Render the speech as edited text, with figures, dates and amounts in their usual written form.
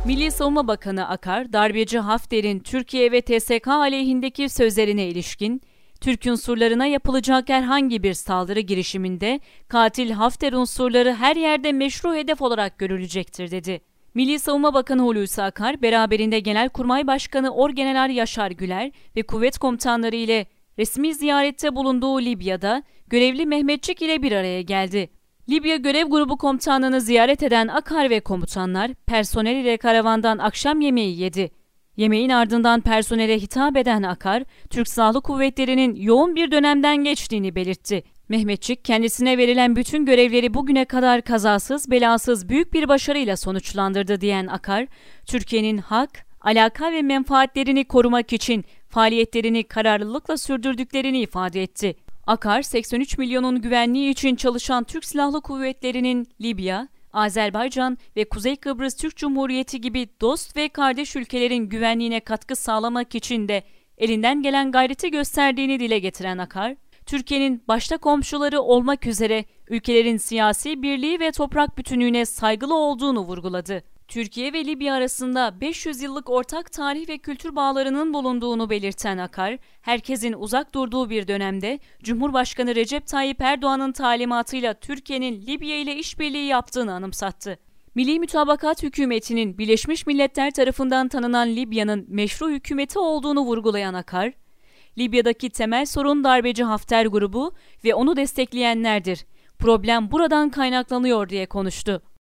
Milli Savunma Bakanı Akar, darbeci Hafter'in Türkiye ve TSK aleyhindeki sözlerine ilişkin, Türk unsurlarına yapılacak herhangi bir saldırı girişiminde katil Hafter unsurları her yerde meşru hedef olarak görülecektir dedi. Milli Savunma Bakanı Hulusi Akar, beraberinde Genelkurmay Başkanı Orgeneral Yaşar Güler ve kuvvet komutanları ile resmi ziyarette bulunduğu Libya'da görevli Mehmetçik ile bir araya geldi. Libya Görev Grubu Komutanlığı'nı ziyaret eden Akar ve komutanlar personel ile karavandan akşam yemeği yedi. Yemeğin ardından personele hitap eden Akar, Türk Silahlı Kuvvetleri'nin yoğun bir dönemden geçtiğini belirtti. Mehmetçik, kendisine verilen bütün görevleri bugüne kadar kazasız belasız büyük bir başarıyla sonuçlandırdı diyen Akar, Türkiye'nin hak, alaka ve menfaatlerini korumak için faaliyetlerini kararlılıkla sürdürdüklerini ifade etti. Akar, 83 milyonun güvenliği için çalışan Türk Silahlı Kuvvetleri'nin Libya, Azerbaycan ve Kuzey Kıbrıs Türk Cumhuriyeti gibi dost ve kardeş ülkelerin güvenliğine katkı sağlamak için de elinden gelen gayreti gösterdiğini dile getiren Akar, Türkiye'nin başta komşuları olmak üzere ülkelerin siyasi birliği ve toprak bütünlüğüne saygılı olduğunu vurguladı. Türkiye ve Libya arasında 500 yıllık ortak tarih ve kültür bağlarının bulunduğunu belirten Akar, herkesin uzak durduğu bir dönemde Cumhurbaşkanı Recep Tayyip Erdoğan'ın talimatıyla Türkiye'nin Libya ile işbirliği yaptığını anımsattı. Milli Mütabakat Hükümeti'nin Birleşmiş Milletler tarafından tanınan Libya'nın meşru hükümeti olduğunu vurgulayan Akar, Libya'daki temel sorun darbeci Hafter grubu ve onu destekleyenlerdir. Problem buradan kaynaklanıyor diye konuştu.